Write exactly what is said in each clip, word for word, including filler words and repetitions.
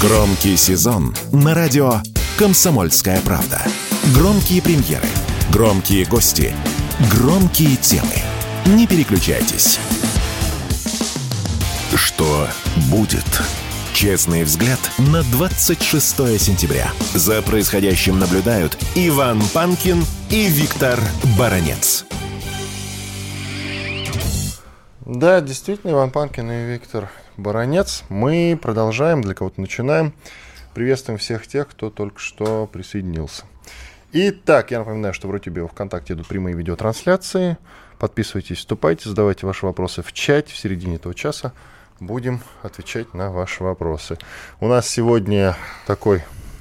Громкий сезон на радио «Комсомольская правда». Громкие премьеры, громкие гости, громкие темы. Не переключайтесь. Что будет? Честный взгляд на двадцать шестое сентября. За происходящим наблюдают Иван Панкин и Виктор Баранец. Да, действительно, Иван Панкин и Виктор Баранец. Мы продолжаем, для кого-то начинаем. Приветствуем всех тех, кто только что присоединился. Итак, я напоминаю, что в Рутюбе и ВКонтакте идут прямые видеотрансляции. Подписывайтесь, вступайте, задавайте ваши вопросы в чате. В середине этого часа будем отвечать на ваши вопросы. У нас сегодня такой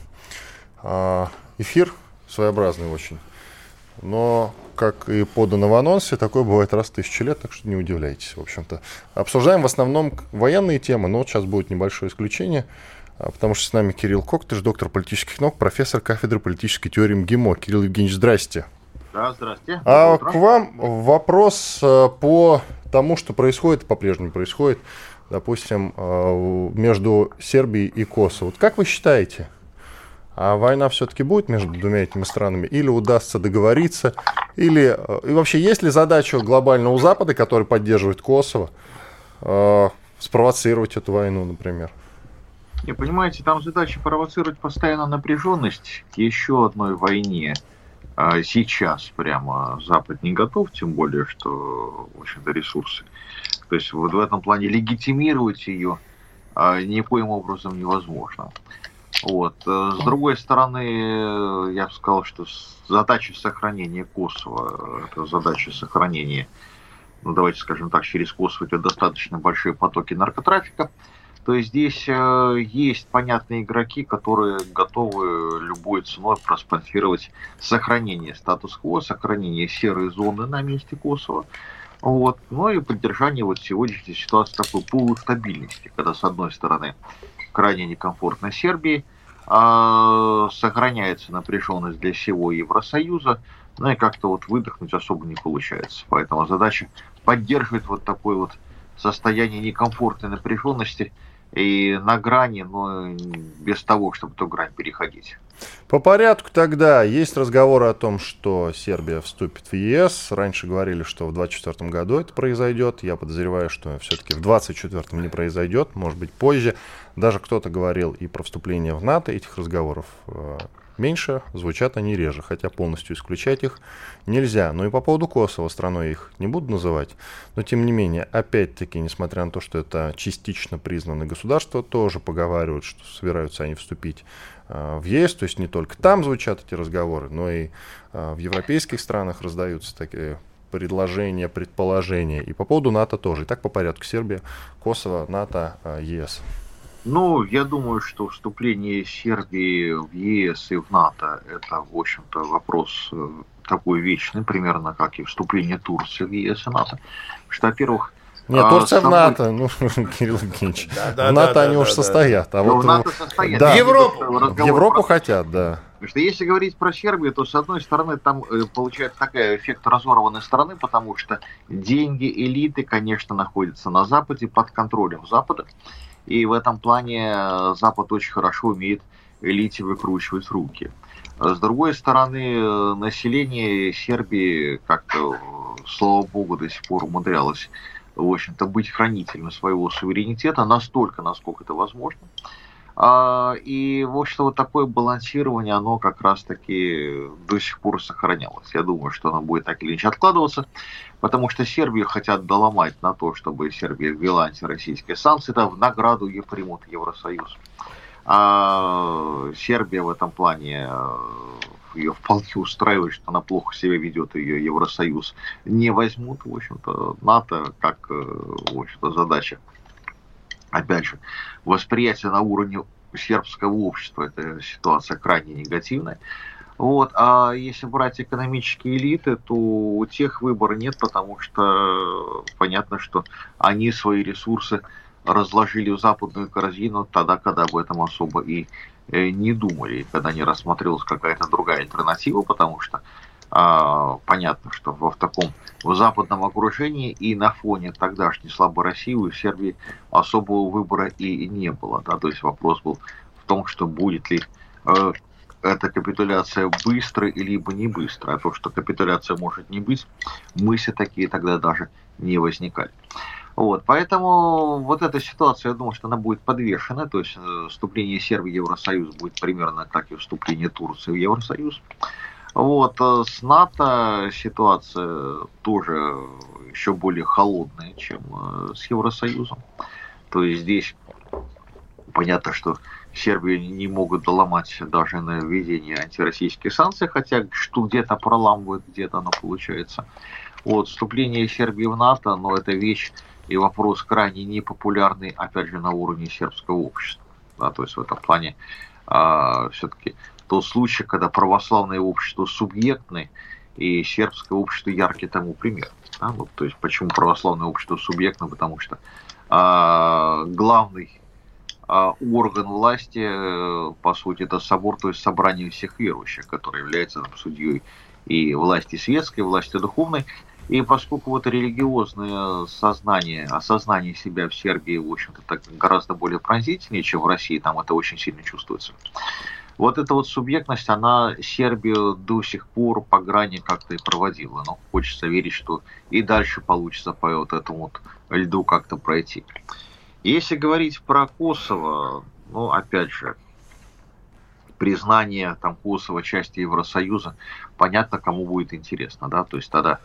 э, эфир, своеобразный очень. Но, как и подано в анонсе, такое бывает раз в тысячу лет, так что не удивляйтесь, в общем-то. Обсуждаем в основном военные темы, но вот сейчас будет небольшое исключение, потому что с нами Кирилл Коктыш, доктор политических наук, профессор кафедры политической теории МГИМО. Кирилл Евгеньевич, здрасте. Да, здрасте. А к вам вопрос по тому, что происходит, по-прежнему происходит, допустим, между Сербией и Косово. Вот как вы считаете, а война все-таки будет между двумя этими странами? Или удастся договориться? Или и вообще есть ли задача глобального Запада, который поддерживает Косово, э, спровоцировать эту войну, например? Не, понимаете, там задача провоцировать постоянно напряженность к еще одной войне. А сейчас прямо Запад не готов, тем более, что, в общем-то, ресурсы. То есть вот в этом плане легитимировать ее а, никоим образом невозможно. Вот. С другой стороны, я бы сказал, что задача сохранения Косово, это задача сохранения, ну давайте скажем так, через Косово идет достаточно большие потоки наркотрафика. То есть здесь есть понятные игроки, которые готовы любой ценой проспонсировать сохранение статус-кво, сохранение серой зоны на месте Косово. Вот. Ну и поддержание вот сегодняшней ситуации такой полустабильности, когда с одной стороны крайне некомфортно Сербии, а сохраняется напряженность для всего Евросоюза, ну и как-то вот выдохнуть особо не получается. Поэтому задача поддерживать вот такое вот состояние некомфортной напряженности и на грани, но без того, чтобы эту грань переходить. По порядку тогда. Есть разговоры о том, что Сербия вступит в ЕС. Раньше говорили, что в двадцать четвёртом году это произойдет. Я подозреваю, что все-таки в двадцать четвёртом не произойдет, может быть позже. Даже кто-то говорил и про вступление в НАТО. Этих разговоров э, меньше, звучат они реже, хотя полностью исключать их нельзя. Ну и по поводу Косово, страной их не буду называть, но тем не менее, опять-таки, несмотря на то, что это частично признанное государство, тоже поговаривают, что собираются они вступить э, в ЕС, то есть не только там звучат эти разговоры, но и э, в европейских странах раздаются такие предложения, предположения. И по поводу НАТО тоже. И так по порядку: Сербия, Косово, НАТО, э, ЕС. Ну, я думаю, что вступление Сербии в ЕС и в НАТО – это, в общем-то, вопрос такой вечный, примерно как и вступление Турции в ЕС и НАТО. Потому что, во-первых... Нет, Турция в НАТО, ну, Кирилл Евгеньевич, в НАТО они уж состоят. А вот в НАТО состоят. В Европу, в Европу хотят, да. Потому что если говорить про Сербию, то, с одной стороны, там получается такой эффект разорванной страны, потому что деньги элиты, конечно, находятся на Западе, под контролем Запада. И в этом плане Запад очень хорошо умеет элите выкручивать руки. С другой стороны, население Сербии как-то, слава богу, до сих пор умудрялось, в общем-то, быть хранителем своего суверенитета настолько, насколько это возможно. И, в общем-то, вот такое балансирование, оно как раз-таки до сих пор сохранялось. Я думаю, что оно будет так или иначе откладываться, потому что Сербию хотят доломать на то, чтобы Сербия ввела антироссийские санкции, да, в награду ее примут Евросоюз. А Сербия в этом плане, ее вполне устраивает, что она плохо себя ведет, ее Евросоюз не возьмут. В общем-то, НАТО как, в общем-то, задача. Опять же, восприятие на уровне сербского общества, эта ситуация крайне негативная. Вот. А если брать экономические элиты, то у тех выбора нет, потому что понятно, что они свои ресурсы разложили в западную корзину тогда, когда об этом особо и не думали, когда не рассмотрелась какая-то другая альтернатива, потому что а, понятно, что в, в таком в западном окружении и на фоне тогдашней слабой России у Сербии особого выбора и не было. Да? То есть вопрос был том, что будет ли э, эта капитуляция быстрой либо не быстрой. А то, что капитуляция может не быть, мысли такие тогда даже не возникали. Вот, поэтому вот эта ситуация, я думаю, что она будет подвешена, то есть вступление Сербии в Евросоюз будет примерно как и вступление Турции в Евросоюз. Вот, с НАТО ситуация тоже еще более холодная, чем с Евросоюзом. То есть здесь понятно, что Сербию не могут доломать даже на введение антироссийских санкций, хотя что где-то проламывают, где-то оно получается. Вот, вступление Сербии в НАТО, но это вещь и вопрос крайне непопулярный, опять же, на уровне сербского общества. Да, то есть в этом плане а, все-таки тот случай, когда православное общество субъектное, и сербское общество яркий тому пример. Да, вот, то есть почему православное общество субъектно? Потому что а, главный а, орган власти, по сути, это собор, то есть собрание всех верующих, который является там, судьей и власти светской, и власти духовной. И поскольку вот религиозное сознание, осознание себя в Сербии, в общем-то, так гораздо более пронзительнее, чем в России, там это очень сильно чувствуется. Вот эта вот субъектность, она Сербию до сих пор по грани как-то и проводила. Но хочется верить, что и дальше получится по вот этому вот льду как-то пройти. Если говорить про Косово, ну, опять же, признание там Косово части Евросоюза, понятно, кому будет интересно, да, то есть тогда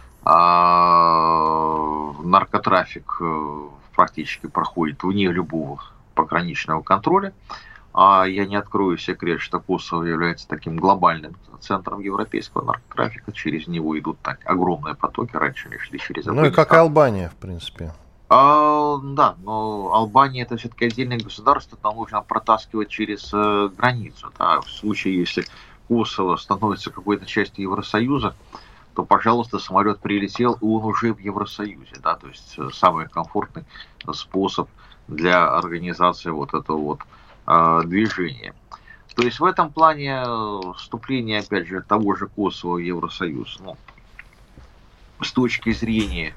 а, наркотрафик практически проходит вне любого пограничного контроля. А я не открою секрет, что Косово является таким глобальным центром европейского наркотрафика. Через него идут так огромные потоки. Раньше они шли через Афганистан. Ну и как Албания, в принципе. А, да, но Албания это все-таки отдельное государство, там нужно протаскивать через э, границу. Да. В случае, если Косово становится какой-то частью Евросоюза, то, пожалуйста, самолет прилетел, и он уже в Евросоюзе. Да, то есть самый комфортный способ для организации вот этого вот э, движения. То есть в этом плане вступление, опять же, того же Косово в Евросоюз, ну, с точки зрения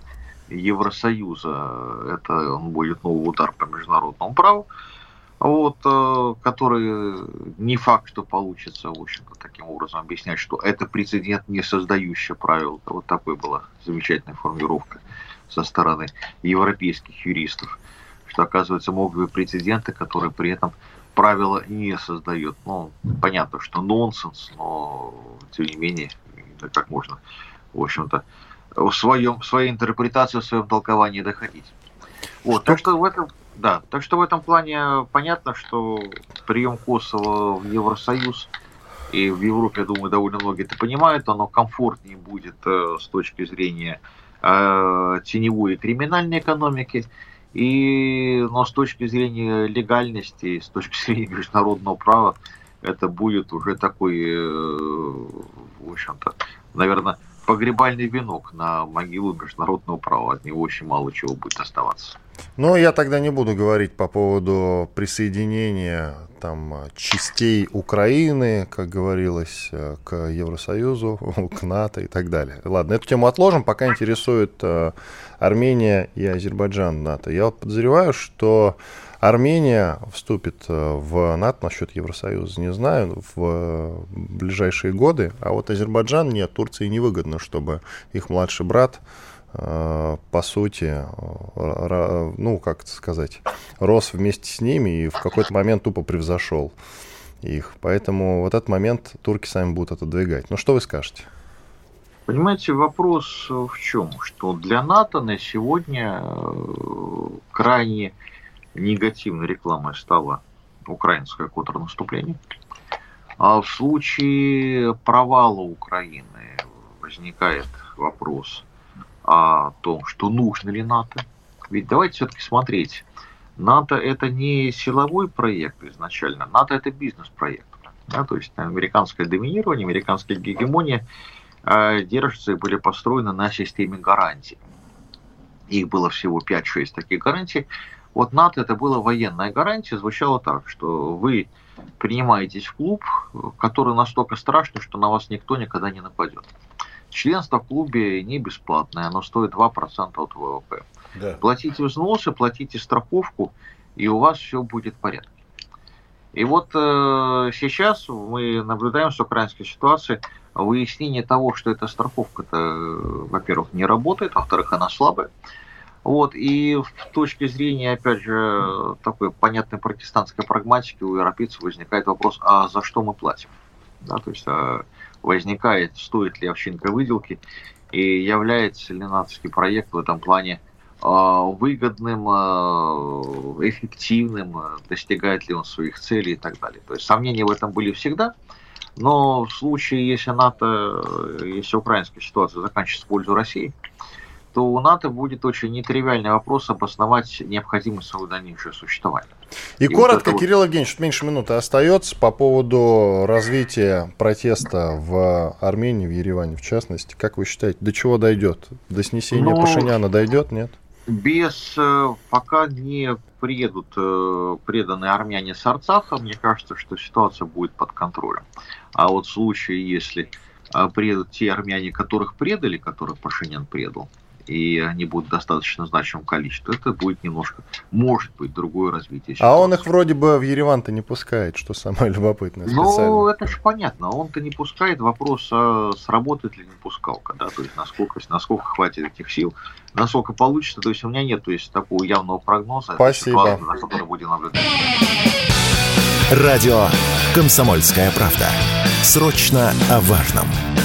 Евросоюза, это он будет новый удар по международному праву, вот, который не факт, что получится, в общем-то, таким образом объяснять, что это прецедент, не создающий правил. Вот такой была замечательная формулировка со стороны европейских юристов, что, оказывается, могут быть прецеденты, которые при этом правила не создают. Ну, понятно, что нонсенс, но, тем не менее, как можно, в общем-то, в своем, в своей интерпретации, в своем толковании доходить. Вот, так что в этом, да, так что в этом плане понятно, что прием Косово в Евросоюз и в Европе, я думаю, довольно многие это понимают, оно комфортнее будет э, с точки зрения э, теневой и криминальной экономики, и, но с точки зрения легальности, с точки зрения международного права, это будет уже такой, э, в общем-то, наверное, погребальный венок на могилу международного права. От него очень мало чего будет оставаться. Ну, я тогда не буду говорить по поводу присоединения там частей Украины, как говорилось, к Евросоюзу, к НАТО и так далее. Ладно, эту тему отложим, пока интересует э, Армения и Азербайджан в НАТО. Я вот подозреваю, что Армения вступит в НАТО, насчет Евросоюза не знаю, в ближайшие годы, а вот Азербайджан нет, Турции невыгодно, чтобы их младший брат, по сути, ну, как сказать, рос вместе с ними и в какой-то момент тупо превзошел их. Поэтому вот этот момент турки сами будут отодвигать. Ну, что вы скажете? Понимаете, вопрос в чем? Что для НАТО на сегодня крайне негативной рекламой стало украинское контрнаступление. А в случае провала Украины возникает вопрос о том, что нужно ли НАТО. Ведь давайте все-таки смотреть. НАТО это не силовой проект изначально, НАТО это бизнес-проект. Да, то есть американское доминирование, американская гегемония э, держатся и были построены на системе гарантий. Их было всего пять-шесть таких гарантий. Вот НАТО это была военная гарантия, звучало так, что вы принимаетесь в клуб, который настолько страшный, что на вас никто никогда не нападет. Членство в клубе не бесплатное, оно стоит два процента от ВВП. Да. Платите взносы, платите страховку, и у вас все будет в порядке. И вот э, сейчас мы наблюдаем с украинской ситуацией выяснение того, что эта страховка-то, во-первых, не работает, во-вторых, она слабая. Вот, и с точки зрения, опять же, такой понятной протестантской прагматики у европейцев возникает вопрос, а за что мы платим? Да, то есть а возникает, стоит ли овчинка выделки, и является ли натовский проект в этом плане выгодным, эффективным, достигает ли он своих целей и так далее. То есть сомнения в этом были всегда, но в случае, если НАТО, если украинская ситуация заканчивается в пользу России, то у НАТО будет очень нетривиальный вопрос обосновать необходимость своего дальнейшего существования. И, и коротко, вот Кирилл Евгеньевич, меньше минуты остается по поводу развития протеста в Армении, в Ереване в частности. Как вы считаете, до чего дойдет? До снесения ну, Пашиняна дойдет, нет? Без, пока не приедут преданные армяне с Арцаха, мне кажется, что ситуация будет под контролем. А вот в случае, если приедут те армяне, которых предали, которых Пашинян предал, и они будут в достаточно значимом количестве, это будет немножко, может быть, другое развитие ситуации. А он их вроде бы в Ереван-то не пускает, что самое любопытное. Ну, это же понятно, он-то не пускает, вопрос, а сработает ли не пускалка, да, то есть насколько, насколько хватит этих сил, насколько получится, то есть у меня нет, то есть такого явного прогноза. Спасибо. Это ситуация, за которой будем наблюдать. Радио «Комсомольская правда». Срочно о важном.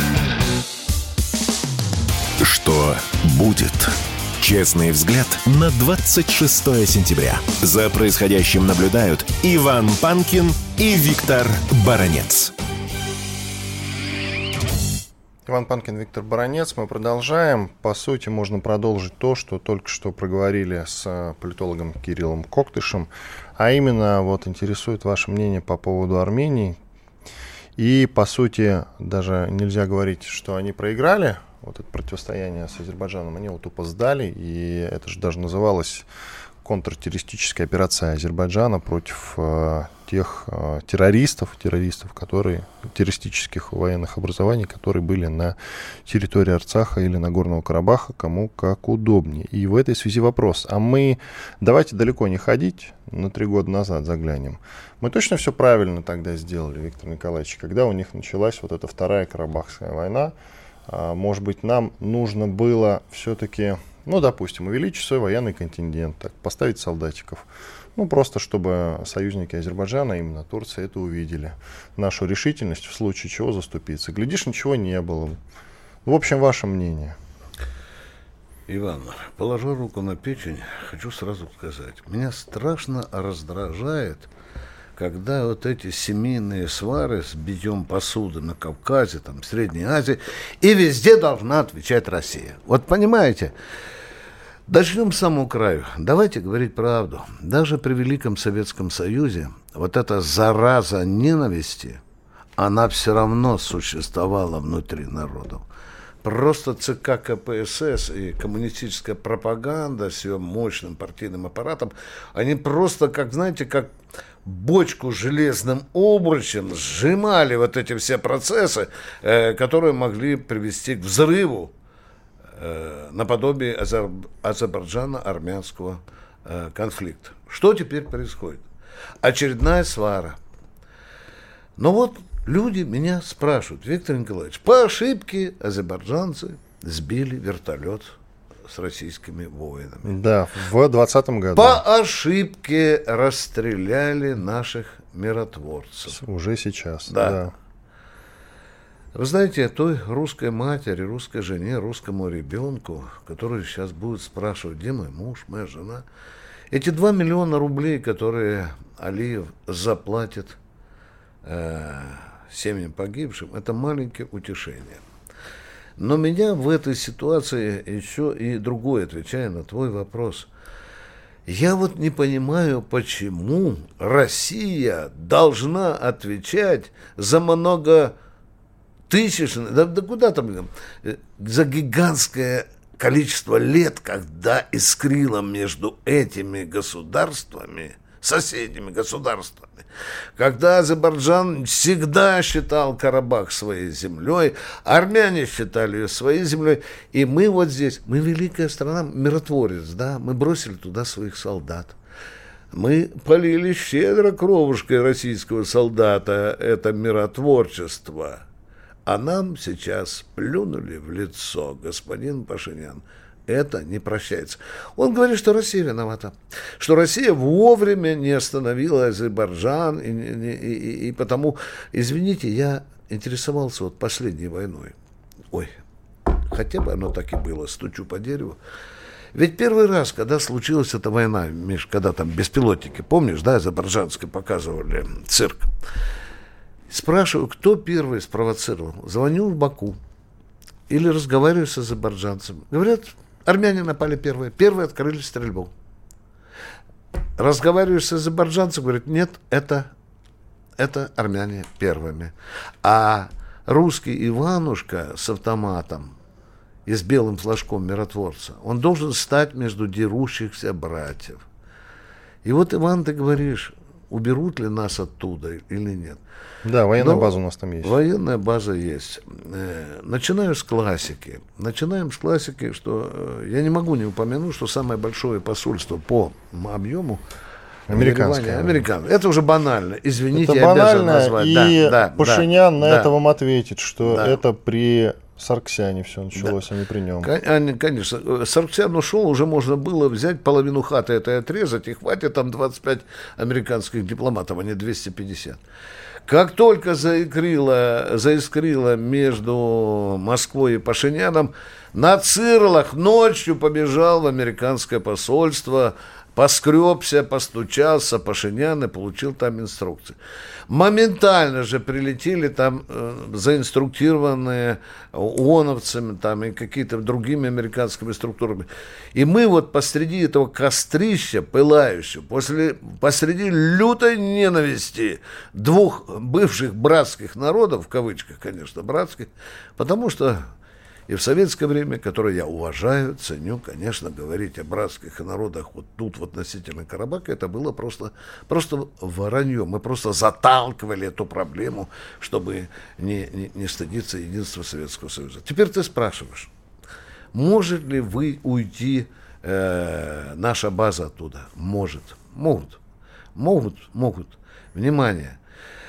Что будет? Честный взгляд на двадцать шестое сентября. За происходящим наблюдают Иван Панкин и Виктор Баранец. Иван Панкин, Виктор Баранец. Мы продолжаем. По сути, можно продолжить то, что только что проговорили с политологом Кириллом Коктышем. А именно, вот интересует ваше мнение по поводу Армении. И, по сути, даже нельзя говорить, что они проиграли. Вот это противостояние с Азербайджаном, они его тупо сдали, и это же даже называлось контртеррористическая операция Азербайджана против э, тех э, террористов, террористов, которые, террористических военных образований, которые были на территории Арцаха или Нагорного Карабаха, кому как удобнее. И в этой связи вопрос, а мы, давайте далеко не ходить, на три года назад заглянем. Мы точно все правильно тогда сделали, Виктор Николаевич, когда у них началась вот эта вторая Карабахская война. Может быть, нам нужно было все-таки, ну, допустим, увеличить свой военный контингент, так, поставить солдатиков. Ну, просто чтобы союзники Азербайджана, именно Турция, это увидели. Нашу решительность в случае чего заступиться. Глядишь, ничего не было. В общем, ваше мнение. Иван, положа руку на печень, хочу сразу сказать. Меня страшно раздражает, когда вот эти семейные свары с битьем посуды на Кавказе, там, в Средней Азии, и везде должна отвечать Россия. Вот понимаете, начнем с самого краю. Давайте говорить правду. Даже при Великом Советском Союзе вот эта зараза ненависти, она все равно существовала внутри народов. Просто ЦК КПСС и коммунистическая пропаганда с ее мощным партийным аппаратом, они просто, как, знаете, как бочку железным обручем сжимали вот эти все процессы, э, которые могли привести к взрыву э, наподобие азер... азербайджано-армянского э, конфликта. Что теперь происходит? Очередная свара. Но вот люди меня спрашивают, Виктор Николаевич, по ошибке азербайджанцы сбили вертолет с российскими воинами. Да, в двадцатом году. По ошибке расстреляли наших миротворцев. Уже сейчас, да. да. Вы знаете, той русской матери, русской жене, русскому ребенку, который сейчас будет спрашивать, где мой муж, моя жена, эти два миллиона рублей, которые Алиев заплатит э, семьям погибшим, это маленькое утешение. Но меня в этой ситуации еще и другое, отвечая на твой вопрос. Я вот не понимаю, почему Россия должна отвечать за многотысячное, да, да куда там, за гигантское количество лет, когда искрило между этими государствами, соседними государствами, когда Азербайджан всегда считал Карабах своей землей, армяне считали ее своей землей, и мы вот здесь, мы великая страна, миротворец, да, мы бросили туда своих солдат. Мы полили щедро кровушкой российского солдата это миротворчество. А нам сейчас плюнули в лицо, господин Пашинян. Это не прощается. Он говорит, что Россия виновата. Что Россия вовремя не остановила Азербайджан. И, и, и, и потому, извините, я интересовался вот последней войной. Ой, хотя бы оно так и было, стучу по дереву. Ведь первый раз, когда случилась эта война, Миш, когда там беспилотники, помнишь, да, азербайджанские показывали цирк. Спрашиваю, кто первый спровоцировал. Звоню в Баку. Или разговариваю с азербайджанцем. Говорят, армяне напали первые. Первые открыли стрельбу. Разговариваю с азербайджанцем, говорят, нет, это, это армяне первыми. А русский Иванушка с автоматом и с белым флажком миротворца, он должен стать между дерущихся братьев. И вот, Иван, ты говоришь, уберут ли нас оттуда или нет. Да, военная Но база у нас там есть. Военная база есть. Начинаю с классики. Начинаем с классики, что я не могу не упомянуть, что самое большое посольство по объему Американское. Американское. Это уже банально. Извините, это я обязан банально, назвать. И да, да, Пашинян да, на да. это вам ответит, что Да. это при Сарксяне все началось, да. а не при нем. Конечно. Сарксян ушел, уже можно было взять половину хаты этой отрезать, и хватит там двадцать пять американских дипломатов, а не двести пятьдесят. Как только заискрило, заискрило между Москвой и Пашиняном, на цирлах ночью побежал в американское посольство, поскребся, постучался, Пашинян и получил там инструкции. Моментально же прилетели там э, заинструктированные ООНовцами там, и какими-то другими американскими структурами. И мы вот посреди этого кострища пылающего, после, посреди лютой ненависти двух бывших братских народов, в кавычках, конечно, братских, потому что и в советское время, которое я уважаю, ценю, конечно, говорить о братских народах вот тут, в относительно Карабаха, это было просто, просто воронье. Мы просто заталкивали эту проблему, чтобы не, не, не стыдиться единства Советского Союза. Теперь ты спрашиваешь, может ли вы уйти, э, наша база оттуда? Может. Могут. Могут, могут. Внимание.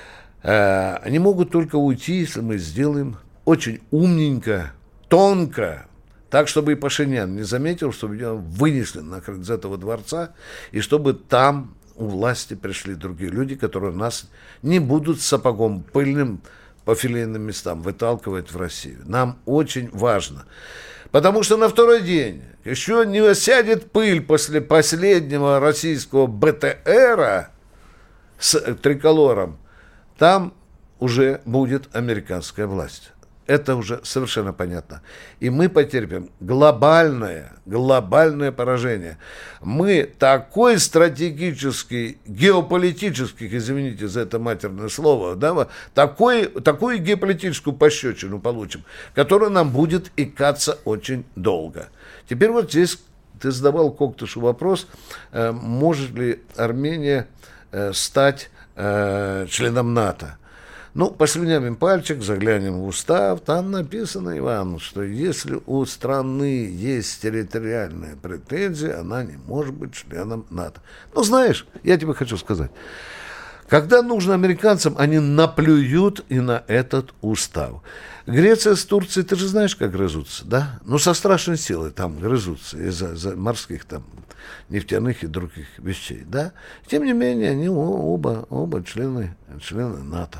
Э, они могут только уйти, если мы сделаем очень умненько, тонко, так, чтобы и Пашинян не заметил, чтобы его вынесли нахрен из этого дворца, и чтобы там у власти пришли другие люди, которые нас не будут сапогом пыльным по филейным местам выталкивать в Россию. Нам очень важно. Потому что на второй день еще не осядет пыль после последнего российского БТРа с триколором, там уже будет американская власть. Это уже совершенно понятно. И мы потерпим глобальное, глобальное поражение. Мы такой стратегический, геополитический, извините за это матерное слово, да, такой, такую геополитическую пощечину получим, которая нам будет икаться очень долго. Теперь вот здесь ты задавал Коктышу вопрос, э, может ли Армения э, стать э, членом НАТО. Ну, послюнявим пальчик, заглянем в устав, там написано, Иван, что если у страны есть территориальная претензия, она не может быть членом НАТО. Ну, знаешь, я тебе хочу сказать, когда нужно американцам, они наплюют и на этот устав. Греция с Турцией, ты же знаешь, как грызутся, да? Ну, со страшной силой там грызутся из-за из-за морских там нефтяных и других вещей, да? Тем не менее, они оба, оба члены, члены НАТО.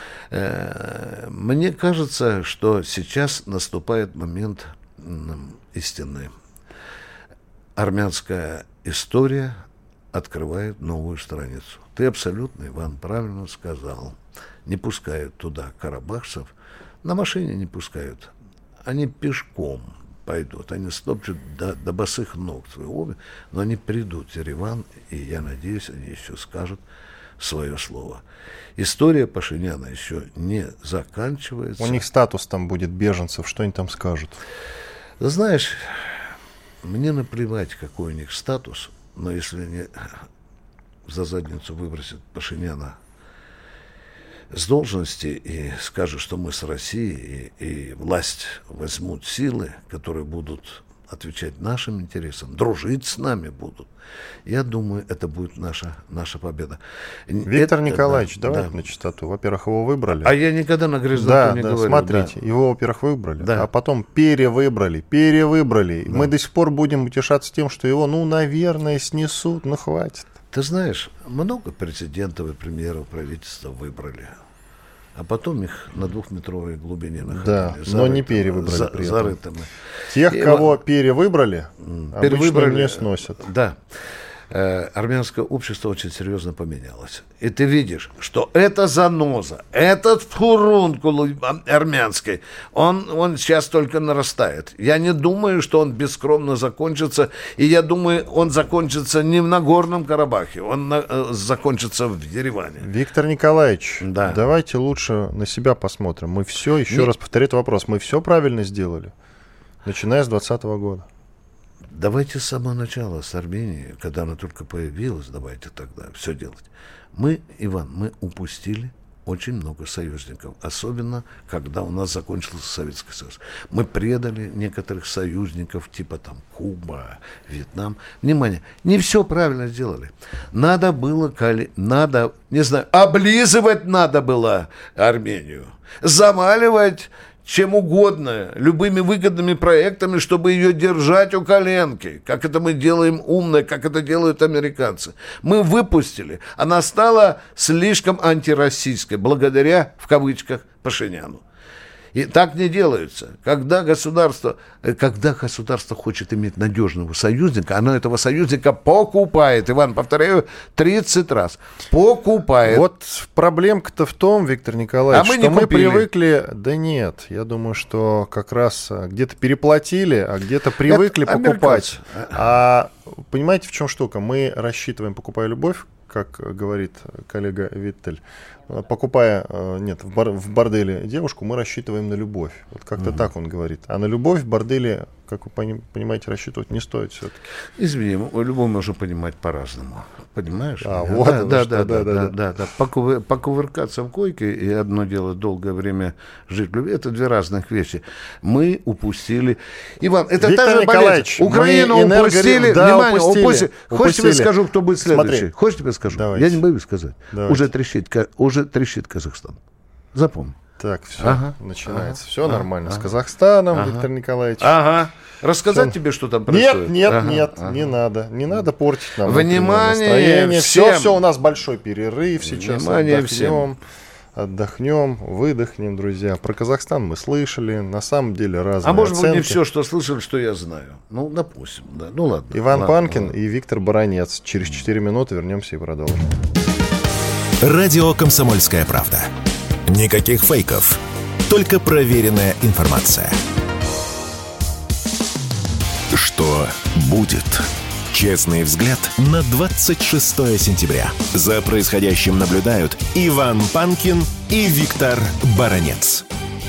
Мне кажется, что сейчас наступает момент истины. Армянская история открывает новую страницу. Ты абсолютно, Иван, правильно сказал. Не пускают туда карабахцев, на машине не пускают. Они пешком пойдут, они стопчут до, до босых ног своего, но они придут в Ереван, и я надеюсь, они еще скажут свое слово. История Пашиняна еще не заканчивается. У них статус там будет беженцев, что они там скажут? Знаешь, мне наплевать, какой у них статус, но если они за задницу выбросят Пашиняна с должности и скажут, что мы с Россией, и, и власть возьмут силы, которые будут отвечать нашим интересам, дружить с нами будут. Я думаю, это будет наша, наша победа. Виктор это, Николаевич, да, давайте да. на чистоту. Во-первых, его выбрали. А я никогда на грязноту да, не да, говорю. Смотрите, да. его, во-первых, выбрали, да. а потом перевыбрали, перевыбрали. Да. Мы до сих пор будем утешаться тем, что его, ну, наверное, снесут, ну, хватит. Ты знаешь, много президентов и премьеров правительства выбрали. А потом их на двухметровой глубине находили. Да, зарытыми, но не перевыбрали за, при этом. Зарытыми. Тех, И кого вот, перевыбрали, перевыбрали, обычно не сносят. Да. Э, армянское общество очень серьезно поменялось. И ты видишь, что эта заноза, этот фурункул армянский, он, он сейчас только нарастает. Я не думаю, что он бескромно закончится. И я думаю, он закончится не в Нагорном Карабахе, он на, э, закончится в Ереване. Виктор Николаевич, да. давайте лучше на себя посмотрим. Мы все, еще не... раз повторю этот вопрос, мы все правильно сделали, начиная с двадцатого года. Давайте с самого начала, с Арменией, когда она только появилась, давайте тогда все делать. Мы, Иван, мы упустили очень много союзников, особенно когда у нас закончился Советский Союз. Мы предали некоторых союзников, типа там Куба, Вьетнам. Внимание, не все правильно сделали. Надо было, надо, не знаю, облизывать надо было Армению, замаливать чем угодно, любыми выгодными проектами, чтобы ее держать у коленки, как это мы делаем умно, как это делают американцы. Мы выпустили. Она стала слишком антироссийской, благодаря, в кавычках, Пашиняну. И так не делается. Когда государство, когда государство хочет иметь надежного союзника, оно этого союзника покупает. Иван, повторяю, тридцать раз. Покупает. Вот проблемка-то в том, Виктор Николаевич, а мы что не мы купили. привыкли... Да нет, я думаю, что как раз где-то переплатили, а где-то привыкли Это покупать. А понимаете, в чем штука? Мы рассчитываем, покупая любовь, как говорит коллега Виттель, покупая, нет, в, бар, в борделе девушку, мы рассчитываем на любовь. Вот как-то угу. так он говорит. А на любовь в борделе, как вы понимаете, рассчитывать не стоит все-таки. Извини, любовь можно понимать по-разному. Понимаешь? А, да, вот да, да, что, да, да, да, да, да, да. да, да. Покувы, покувыркаться в койке и одно дело долгое время жить в любви, это две разных вещи. Мы упустили... Иван, это Виктор та же Николаевич, болезнь. Украину энергори... упустили. Да, Внимание, упустили, упустили. упустили. Хочешь тебе скажу, кто будет следующий? Смотри. Хочешь тебе скажу? Давайте. Я не боюсь сказать. Давайте. Уже трещит, уже трещит Казахстан. Запомни. Так, все, ага. начинается. Ага. Все ага. нормально. Ага. С Казахстаном, ага. Виктор Николаевич. Ага. Рассказать Всё. тебе, что там происходит? Нет, нет, ага. нет, ага. не надо. Не надо портить нам Внимание настроение. всем. Все, все, у нас большой перерыв сейчас. Внимание отдохнем, всем. Отдохнем, выдохнем, друзья. Про Казахстан мы слышали. На самом деле разные А может быть, оценки. не все, что слышали, что я знаю. Ну, допустим, да. Ну, ладно. Иван ладно, Панкин ладно. и Виктор Баранец. Через четыре минуты вернемся и продолжим. Радио «Комсомольская правда». Никаких фейков, только проверенная информация. Что будет? Честный взгляд на двадцать шестое сентября. За происходящим наблюдают Иван Панкин и Виктор Баранец.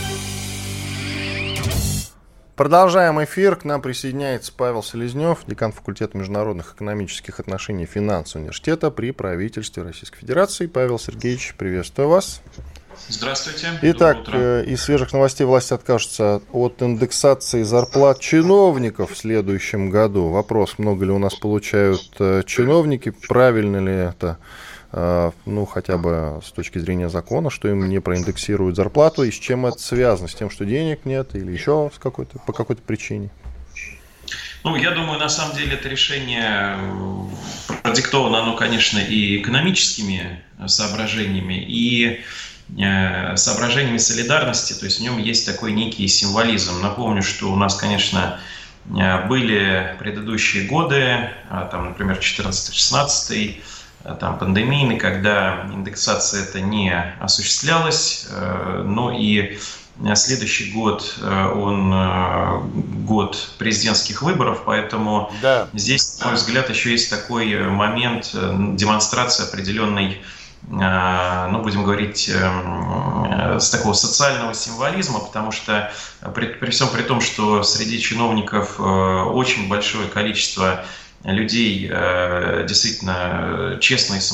Продолжаем эфир. К нам присоединяется Павел Селезнев, декан факультета международных экономических отношений и финансового университета при правительстве Российской Федерации. Павел Сергеевич, приветствую вас. Здравствуйте. Итак, э, из свежих новостей власти откажутся от индексации зарплат чиновников в следующем году. Вопрос, много ли у нас получают э, чиновники, правильно ли это, э, ну, хотя бы с точки зрения закона, что им не проиндексируют зарплату, и с чем это связано, с тем, что денег нет, или еще с какой-то, по какой-то причине? Ну, я думаю, на самом деле это решение продиктовано, оно, конечно, и экономическими соображениями, и соображениями солидарности, то есть в нем есть такой некий символизм. Напомню, что у нас, конечно, были предыдущие годы, там, например, четырнадцатый-шестнадцатый, там, пандемийный, когда индексация это не осуществлялась, но и следующий год, он год президентских выборов, поэтому да. Здесь, на мой взгляд, еще есть такой момент демонстрации определенной, ну, будем говорить, с такого социального символизма, потому что при, при всем при том, что среди чиновников очень большое количество людей, действительно честно и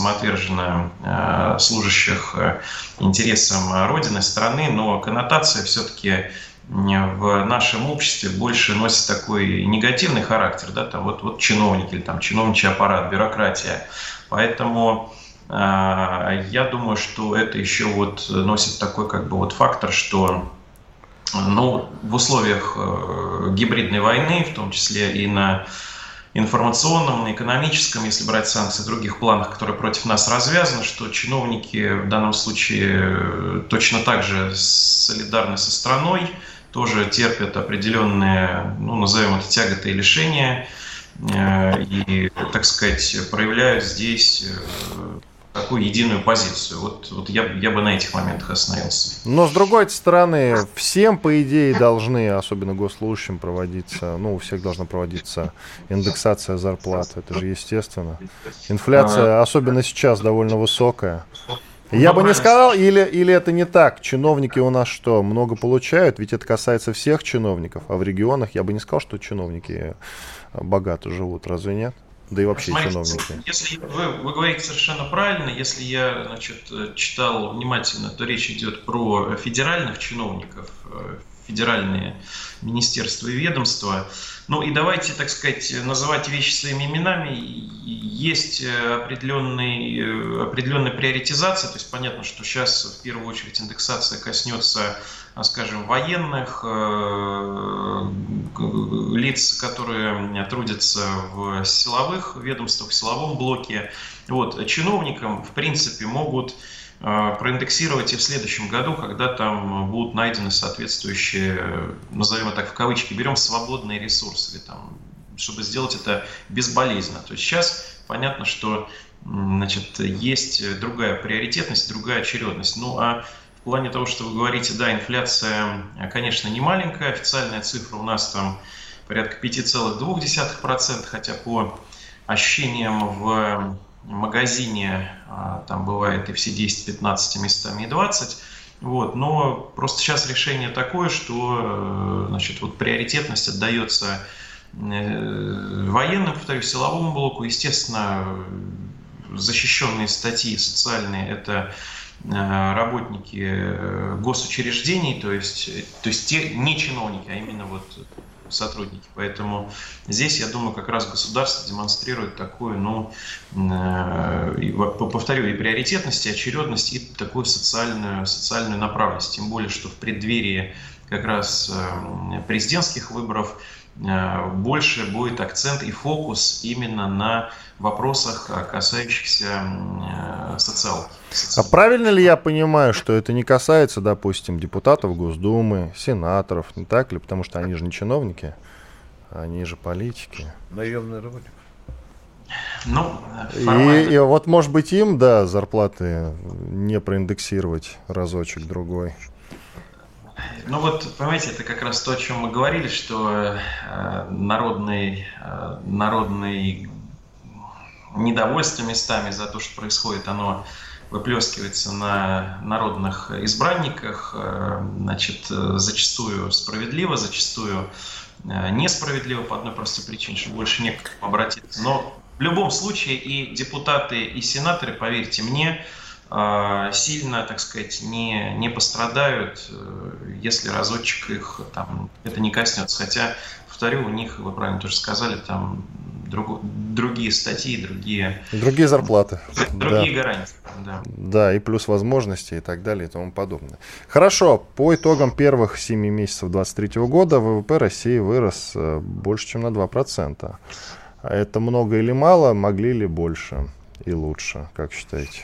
самоотверженно служащих интересам Родины, страны, но коннотация все-таки в нашем обществе больше носит такой негативный характер, да, там вот, вот чиновники, или там чиновничий аппарат, бюрократия. Поэтому э, я думаю, что это еще вот носит такой как бы вот фактор, что ну, в условиях э, гибридной войны, в том числе и на информационном, на экономическом, если брать санкции, в других планах, которые против нас развязаны, что чиновники в данном случае точно так же солидарны со страной, тоже терпят определенные, ну, назовем это, тяготы и лишения, и, так сказать, проявляют здесь такую единую позицию. Вот, вот я, я бы на этих моментах остановился. Но, с другой стороны, всем, по идее, должны, особенно госслужащим, проводиться, ну, у всех должна проводиться индексация зарплат. Это же естественно. Инфляция, особенно сейчас, довольно высокая. Я бы не сказал, или, или это не так. Чиновники у нас что, много получают? Ведь это касается всех чиновников. А в регионах я бы не сказал, что чиновники богато живут. Разве нет? Да и вообще Смотрите, чиновники. Если вы, вы говорите совершенно правильно, если я, значит, читал внимательно, то речь идет про федеральных чиновников, федеральные министерства и ведомства. Ну и давайте, так сказать, называть вещи своими именами. Есть определенный, определенная приоритизация, то есть понятно, что сейчас в первую очередь индексация коснется, скажем, военных, лиц, которые трудятся в силовых ведомствах, в силовом блоке. Вот. Чиновникам, в принципе, могут проиндексировать и в следующем году, когда там будут найдены соответствующие, назовем это так в кавычки, берем свободные ресурсы, или там, чтобы сделать это безболезненно. То есть сейчас понятно, что, значит, есть другая приоритетность, другая очередность. Ну а в плане того, что вы говорите, да, инфляция, конечно, не маленькая, официальная цифра у нас там порядка пять целых две десятых процента, хотя по ощущениям в магазине там бывает и все десять, пятнадцать, местами и двадцать. Вот. Но просто сейчас решение такое, что, значит, вот приоритетность отдается военным, повторюсь, силовому блоку. Естественно, защищенные статьи социальные – это работники госучреждений, то есть, то есть те не чиновники, а именно вот сотрудники. Поэтому здесь, я думаю, как раз государство демонстрирует такую, ну, повторю, и приоритетность, и очередность, и такую социальную, социальную направленность. Тем более, что в преддверии как раз президентских выборов больше будет акцент и фокус именно на вопросах, касающихся социалки. А правильно ли я понимаю, что это не касается, допустим, депутатов Госдумы, сенаторов, не так ли? Потому что они же не чиновники, они же политики. Наемный работник. Ну, и, и вот, может быть, им, да, зарплаты не проиндексировать разочек-другой. Ну вот, понимаете, это как раз то, о чем мы говорили, что э, народный, э, народный недовольство местами за то, что происходит, оно выплескивается на народных избранниках, э, значит, зачастую справедливо, зачастую э, несправедливо по одной простой причине, что больше некому обратиться. Но в любом случае и депутаты, и сенаторы, поверьте мне, сильно, так сказать, не, не пострадают, если разочек их там это не коснется. Хотя, повторю, у них, вы правильно тоже сказали, там друг, другие статьи, другие... Другие зарплаты. Другие да. гарантии. Да. да, и плюс возможности и так далее и тому подобное. Хорошо, по итогам первых семи месяцев две тысячи двадцать третьего года ВВП России вырос больше, чем на два процента. Это много или мало? Могли ли больше и лучше, как считаете?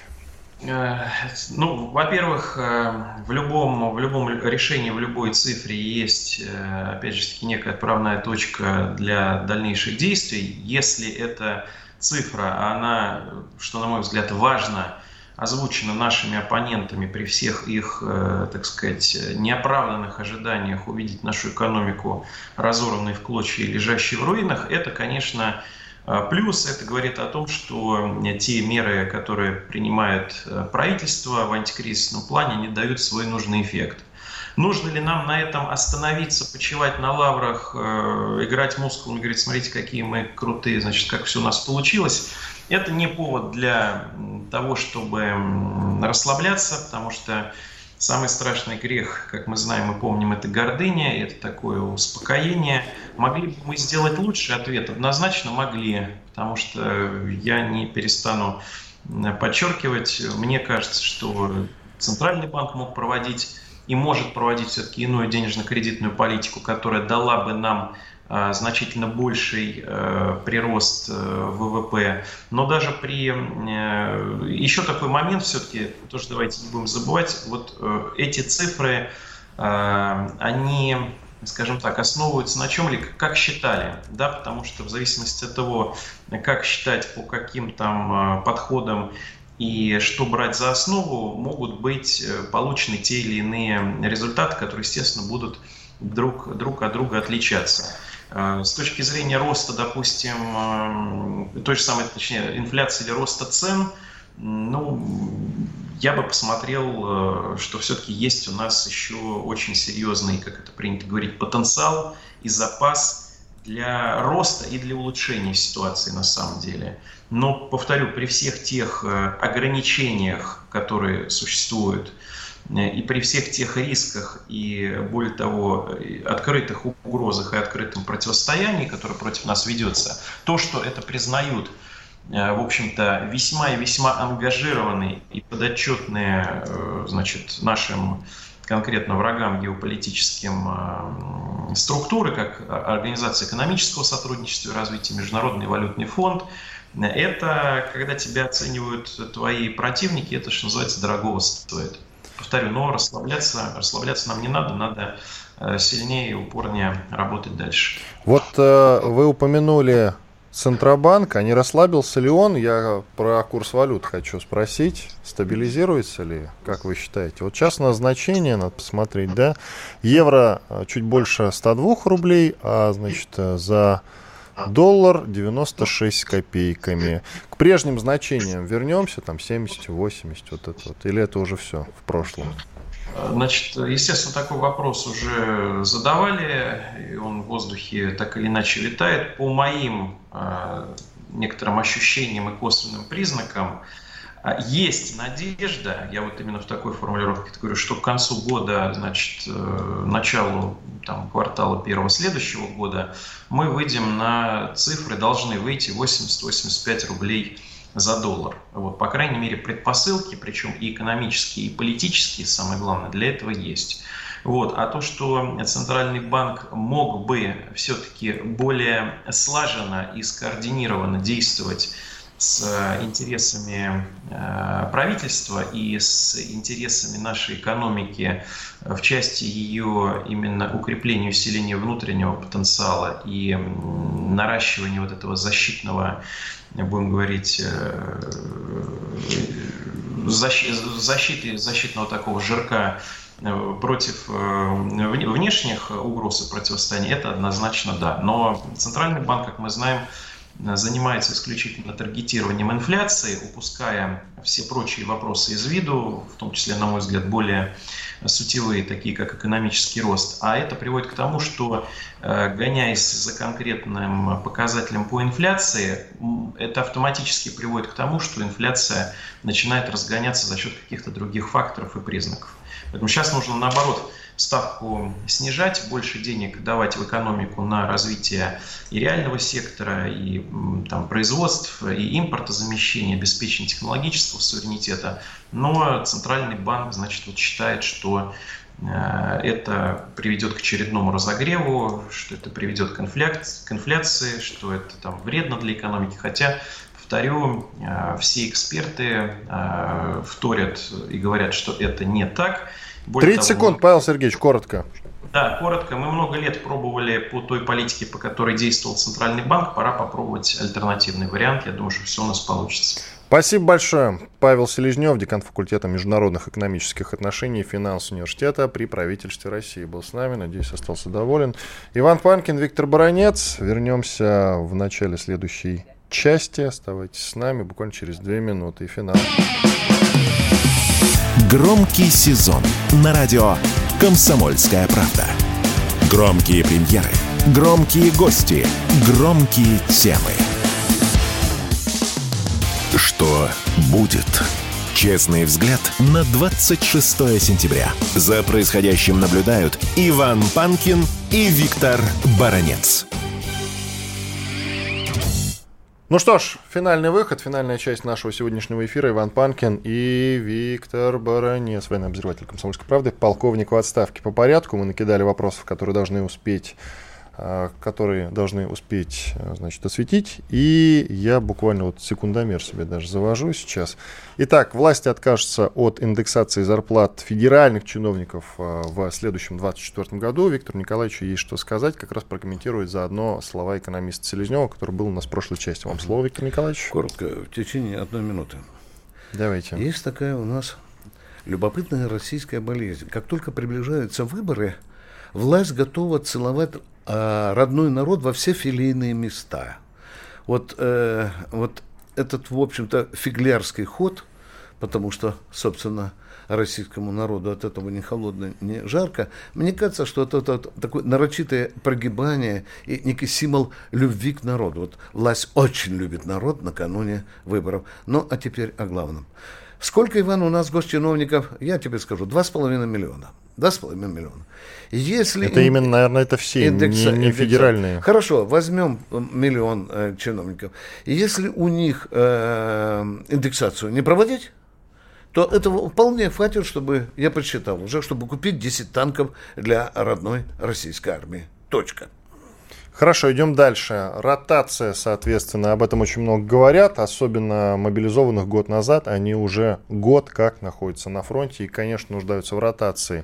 Ну, во-первых, в любом, в любом решении, в любой цифре есть, опять же, таки некая отправная точка для дальнейших действий. Если эта цифра, она, что, на мой взгляд, важно, озвучена нашими оппонентами при всех их, так сказать, неоправданных ожиданиях увидеть нашу экономику разорванной в клочья и лежащей в руинах, это, конечно, плюс. Это говорит о том, что те меры, которые принимает правительство в антикризисном плане, они дают свой нужный эффект. Нужно ли нам на этом остановиться, почивать на лаврах, играть мускулами, говорить, смотрите, какие мы крутые, значит, как все у нас получилось? Это не повод для того, чтобы расслабляться, потому что Самый страшный грех, как мы знаем и помним, это гордыня, это такое успокоение. Могли бы мы сделать лучший ответ? Однозначно могли, потому что я не перестану подчеркивать. Мне кажется, что Центральный банк мог проводить и может проводить все-таки иную денежно-кредитную политику, которая дала бы нам а, значительно больший а, прирост а, ВВП. Но даже при... А, еще такой момент все-таки, тоже давайте не будем забывать, вот а, эти цифры, а, они, скажем так, основываются на чем ли, как считали, да, потому что в зависимости от того, как считать, по каким там а, подходам и что брать за основу, могут быть получены те или иные результаты, которые, естественно, будут друг, друг от друга отличаться. С точки зрения роста, допустим, той же самой, точнее, инфляции или роста цен, ну, я бы посмотрел, что все-таки есть у нас еще очень серьезный, как это принято говорить, потенциал и запас для роста и для улучшения ситуации на самом деле. Но, повторю, при всех тех ограничениях, которые существуют, и при всех тех рисках, и, более того, открытых угрозах и открытом противостоянии, которое против нас ведется, то, что это признают, в общем-то, весьма и весьма ангажированные и подотчетные, значит, нашим конкретно врагам геополитическим структуры, как Организация экономического сотрудничества и развития, Международный валютный фонд, это когда тебя оценивают твои противники, это, что называется, дорогого стоит. Повторю, но расслабляться, расслабляться нам не надо, надо сильнее и упорнее работать дальше. Вот э, вы упомянули Центробанк, а не расслабился ли он? Я про курс валют хочу спросить. Стабилизируется ли, как вы считаете? Вот сейчас назначение, надо посмотреть, да? Евро чуть больше ста двух рублей, а, значит, за доллар девяносто шесть с копейками. К прежним значениям вернемся, там семьдесят, восемьдесят, вот это вот. Или это уже все в прошлом? Значит, естественно, такой вопрос уже задавали, и он в воздухе так или иначе летает. По моим э, некоторым ощущениям и косвенным признакам, э, есть надежда, я вот именно в такой формулировке говорю, что к концу года, значит, э, началу там, квартала первого следующего года мы выйдем на цифры, должны выйти восемьдесят - восемьдесят пять рублей за доллар. Вот, по крайней мере, предпосылки, причем и экономические, и политические, самое главное, для этого есть. Вот. А то, что Центральный банк мог бы все-таки более слаженно и скоординированно действовать с интересами э, правительства и с интересами нашей экономики в части ее именно укрепления, усиления внутреннего потенциала и наращивания вот этого защитного, будем говорить, защиты, защитного такого жирка против внешних угроз и противостояния, это однозначно да. Но Центральный банк, как мы знаем, занимается исключительно таргетированием инфляции, упуская все прочие вопросы из виду, в том числе, на мой взгляд, более сутевые, такие как экономический рост. А это приводит к тому, что, гоняясь за конкретным показателем по инфляции, это автоматически приводит к тому, что инфляция начинает разгоняться за счет каких-то других факторов и признаков. Поэтому сейчас нужно, наоборот, ставку снижать, больше денег давать в экономику на развитие и реального сектора, и там, производств, и импортозамещения, обеспечения технологического суверенитета. Но Центральный банк, значит, вот считает, что э, это приведет к очередному разогреву, что это приведет к инфляции, к инфляции, что это там, вредно для экономики. Хотя, повторю, э, все эксперты э, вторят и говорят, что это не так. Более тридцать того, секунд, Павел Сергеевич, коротко. Да, коротко. Мы много лет пробовали по той политике, по которой действовал Центральный банк. Пора попробовать альтернативный вариант. Я думаю, что все у нас получится. Спасибо большое. Павел Селезнев, декан факультета международных экономических отношений и финансового университета при правительстве России, был с нами. Надеюсь, остался доволен. Иван Панкин, Виктор Баранец. Вернемся в начале следующей части. Оставайтесь с нами буквально через две минуты. И финал. Громкий сезон на радио «Комсомольская правда». Громкие премьеры, громкие гости, громкие темы. Что будет? Честный взгляд на двадцать шестое сентября. За происходящим наблюдают Иван Панкин и Виктор Баранец. Ну что ж, финальный выход, финальная часть нашего сегодняшнего эфира. Иван Панкин и Виктор Баранец, военный обозреватель «Комсомольской правды», полковник в отставке. По порядку мы накидали вопросов, которые должны успеть, которые должны успеть, значит, осветить. И я буквально вот секундомер себе даже завожу сейчас. Итак, власти откажутся от индексации зарплат федеральных чиновников в следующем двадцать четвёртом году. Виктору Николаевичу есть что сказать, как раз прокомментирует заодно слова экономиста Селезнева, который был у нас в прошлой части. Вам слово, Виктор Николаевич. Коротко, в течение одной минуты. Давайте. Есть такая у нас любопытная российская болезнь. Как только приближаются выборы, власть готова целовать а, родной народ во все филейные места. Вот, э, вот этот, в общем-то, фиглярский ход, потому что, собственно, российскому народу от этого ни холодно, ни жарко, мне кажется, что это, это такое нарочитое прогибание и некий символ любви к народу. Вот власть очень любит народ накануне выборов. Ну, а теперь о главном. Сколько, Иван, у нас госчиновников? Я тебе скажу, два с половиной миллиона. Два с половиной миллиона. Если это именно, наверное, это все, индекса, не, не федеральные. Хорошо, возьмем миллион э, чиновников. Если у них э, индексацию не проводить, то этого вполне хватит, чтобы, я подсчитал уже, чтобы купить десять танков для родной российской армии. Точка. Хорошо, идем дальше. Ротация, соответственно, об этом очень много говорят, особенно мобилизованных год назад. Они уже год как находятся на фронте и, конечно, нуждаются в ротации.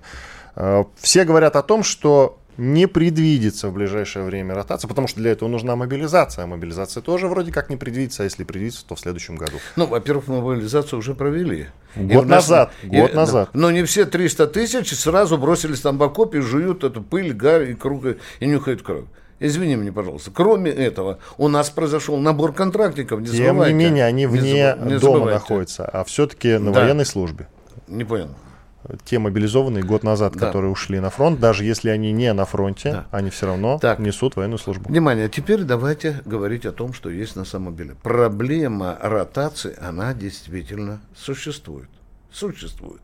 Все говорят о том, что не предвидится в ближайшее время ротация, потому что для этого нужна мобилизация. А мобилизация тоже вроде как не предвидится, а если предвидится, то в следующем году. Ну, во-первых, мобилизацию уже провели. Год нас, назад. И, год назад. Но не все триста тысяч сразу бросились там в окоп и жуют эту пыль, гарь и, круг, и нюхают кровь. Извини меня, пожалуйста. Кроме этого, у нас произошел набор контрактников. Не Тем не менее, они вне не заб... не дома находятся, а все-таки на да. военной службе. Не понял. Те мобилизованные год назад, да. которые ушли на фронт, даже если они не на фронте, да. они все равно так. несут военную службу. Внимание, теперь давайте говорить о том, что есть на самом деле. Проблема ротации, она действительно существует. Существует.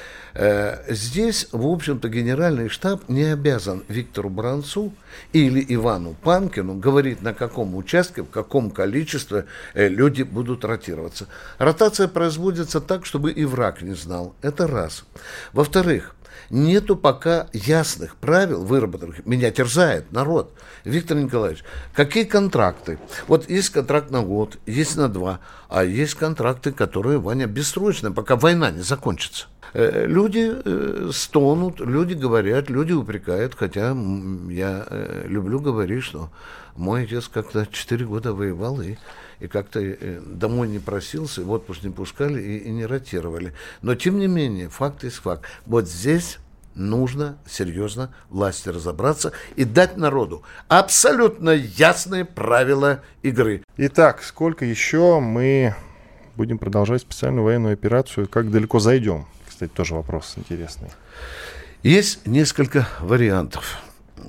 Здесь, в общем-то, генеральный штаб не обязан Виктору Баранцу или Ивану Панкину говорить, на каком участке, в каком количестве люди будут ротироваться. Ротация производится так, чтобы и враг не знал. Это раз. Во-вторых, нету пока ясных правил, выработанных. Меня терзает народ. Виктор Николаевич, какие контракты? Вот есть контракт на год, есть на два, а есть контракты, которые, Ваня, бессрочные, пока война не закончится. Люди э, стонут, люди говорят, люди упрекают, хотя я э, люблю говорить, что мой отец как-то четыре года воевал и, и как-то э, домой не просился, в отпуск не пускали и, и не ротировали. Но, тем не менее, факт есть факт. Вот здесь нужно серьезно власти разобраться и дать народу абсолютно ясные правила игры. Итак, сколько еще мы будем продолжать специальную военную операцию, как далеко зайдем? Кстати, тоже вопрос интересный. Есть несколько вариантов.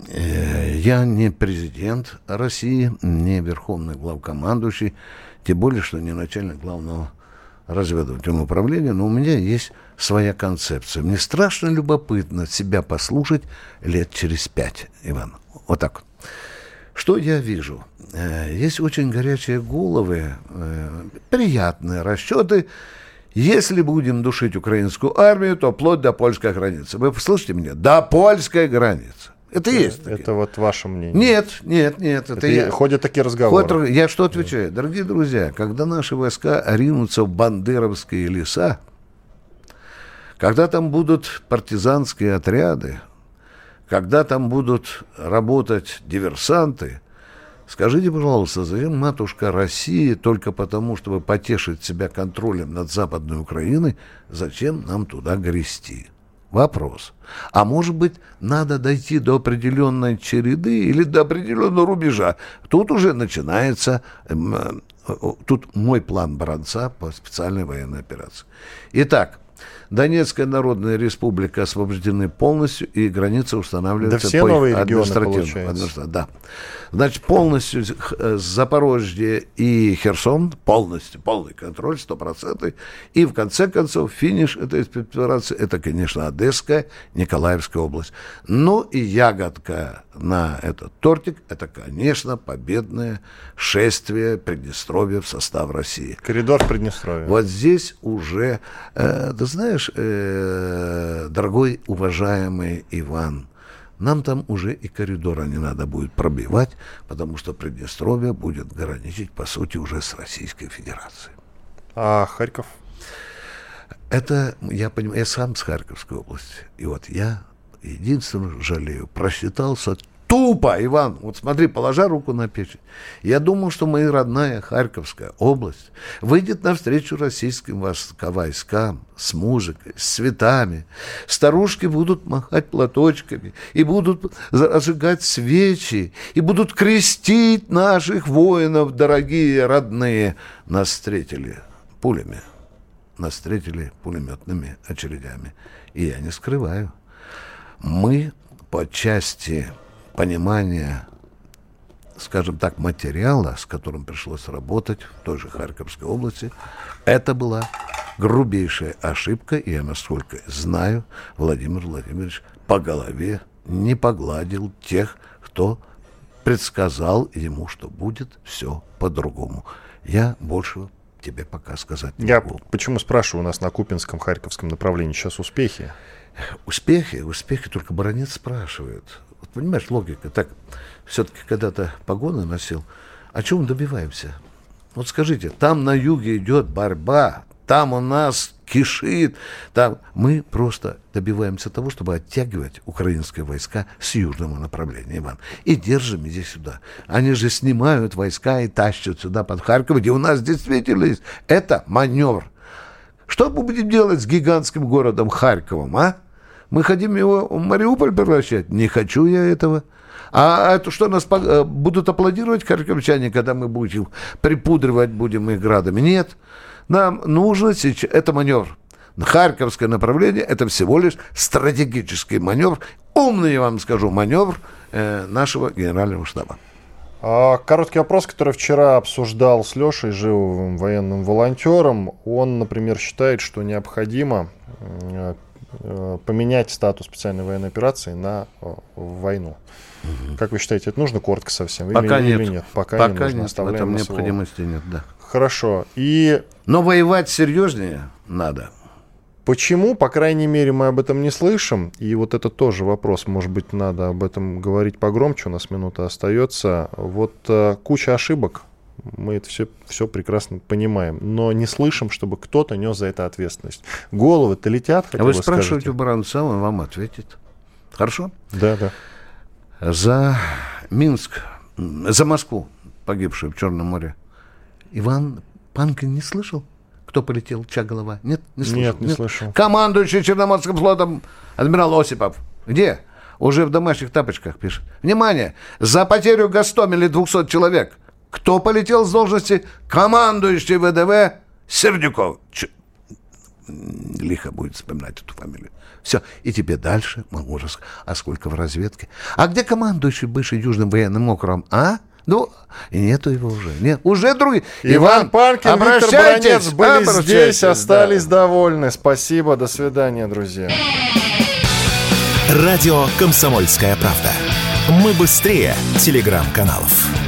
Я не президент России, не верховный главкомандующий, тем более, что не начальник главного разведывательного управления, но у меня есть своя концепция. Мне страшно любопытно себя послушать лет через пять, Иван. Вот так вот. Что я вижу? Есть очень горячие головы, приятные расчеты. Если будем душить украинскую армию, то вплоть до польской границы. Вы слышите меня? До польской границы. Это есть. Это такие. Вот ваше мнение. Нет, нет, нет. Это это я, ходят такие разговоры. Ходят, я что отвечаю? Дорогие друзья, когда наши войска ринутся в бандеровские леса, когда там будут партизанские отряды, когда там будут работать диверсанты, скажите, пожалуйста, зачем матушка России только потому, чтобы потешить себя контролем над Западной Украиной, зачем нам туда грести? Вопрос. А может быть, надо дойти до определенной череды или до определенного рубежа? Тут уже начинается, тут мой план Баранца по специальной военной операции. Итак, Донецкая Народная Республика освобождены полностью, и границы устанавливаются да все по новые административному. Да. Значит, полностью Запорожье и Херсон, полностью, полный контроль, стопроцентный. И в конце концов, финиш этой операции, это, конечно, Одесская, Николаевская область. Ну и ягодка на этот тортик, это, конечно, победное шествие Приднестровья в состав России. Коридор в Приднестровье. Вот здесь уже, э, ты знаешь, э, дорогой, уважаемый Иван, нам там уже и коридора не надо будет пробивать, потому что Приднестровье будет граничить, по сути, уже с Российской Федерацией. А Харьков? Это, я понимаю, я сам с Харьковской области. И вот я единственное жалею, просчитался тупо, Иван. Вот смотри, положа руку на печень. Я думал, что моя родная Харьковская область выйдет навстречу российским войскам с музыкой, с цветами. Старушки будут махать платочками и будут зажигать свечи, и будут крестить наших воинов, дорогие, родные. Нас встретили пулями, нас встретили пулеметными очередями. И я не скрываю, мы по части понимания, скажем так, материала, с которым пришлось работать в той же Харьковской области, это была грубейшая ошибка, и я, насколько знаю, Владимир Владимирович по голове не погладил тех, кто предсказал ему, что будет все по-другому. Я больше тебе пока сказать не Я могу. почему спрашиваю, у нас на Купинском, Харьковском направлении сейчас успехи? Успехи, успехи только Баранец спрашивает. Вот понимаешь, логика. Так, все-таки когда-то погоны носил. О чем добиваемся? Вот скажите, там на юге идет борьба, там у нас кишит, там мы просто добиваемся того, чтобы оттягивать украинские войска с южного направления, Иван. И держим здесь сюда. Они же снимают войска и тащат сюда под Харьков, где у нас действительно есть. Это маневр. Что мы будем делать с гигантским городом Харьковом, а? Мы хотим его в Мариуполь превращать? Не хочу я этого. А это что, нас будут аплодировать харьковчане, когда мы будем припудривать будем их градами? Нет. Нам нужно сейчас... Это маневр. Харьковское направление — это всего лишь стратегический маневр. Умный, я вам скажу, маневр э, нашего генерального штаба. А, короткий вопрос, который вчера обсуждал с Лешей Живовым, военным волонтером. Он, например, считает, что необходимо э, э, поменять статус специальной военной операции на э, войну. Угу. Как вы считаете, это нужно коротко совсем? Пока или, нет. Или нет? Пока, Пока не нужно, нет. оставляем в этом на необходимости нет, да. Хорошо. И... Но воевать серьезнее надо. Почему, по крайней мере, мы об этом не слышим? И вот это тоже вопрос, может быть, надо об этом говорить погромче, у нас минута остается. Вот э, куча ошибок, мы это все, все прекрасно понимаем, но не слышим, чтобы кто-то нес за это ответственность. Головы-то летят, хотя А вы бы спрашиваете скажите. у Баранца, он вам ответит. Хорошо? Да, да. За Минск, за Москву, погибшую в Черном море, Иван Панкин не слышал? Кто полетел? Чья голова? Нет, не слышал. Нет, не Нет. слышал. Командующий Черноморским флотом адмирал Осипов. Где? Уже в домашних тапочках пишет. Внимание! За потерю Гастомеля двухсот человек. Кто полетел с должности? Командующий ВДВ Сердюков. Ч... Лихо будет вспоминать эту фамилию. Все. И тебе дальше могу рассказать. А сколько в разведке? А где командующий бывший Южным военным округом? А? Ну, и нету его уже. Нет, уже другие. Иван, Иван Панкин, Виктор Баранец были здесь, остались да. довольны. Спасибо, до свидания, друзья. Радио «Комсомольская правда». Мы быстрее телеграм-каналов.